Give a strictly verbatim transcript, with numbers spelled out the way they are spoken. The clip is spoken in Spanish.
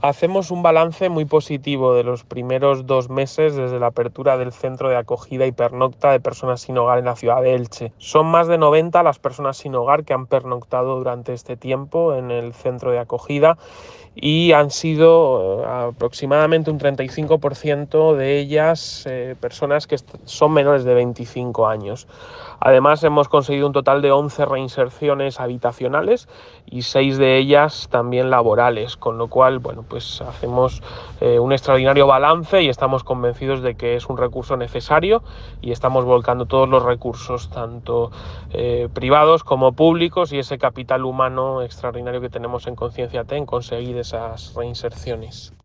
Hacemos un balance muy positivo de los primeros dos meses desde la apertura del centro de acogida y pernocta de personas sin hogar en la ciudad de Elche. Son más de noventa las personas sin hogar que han pernoctado durante este tiempo en el centro de acogida y han sido eh, aproximadamente un treinta y cinco por ciento de ellas eh, personas que son menores de veinticinco años. Además, hemos conseguido un total de once reinserciones habitacionales y seis de ellas también laborales, con lo cual, bueno, pues hacemos eh, un extraordinario balance y estamos convencidos de que es un recurso necesario y estamos volcando todos los recursos, tanto eh, privados como públicos, y ese capital humano extraordinario que tenemos en Concienciate en conseguir esas reinserciones.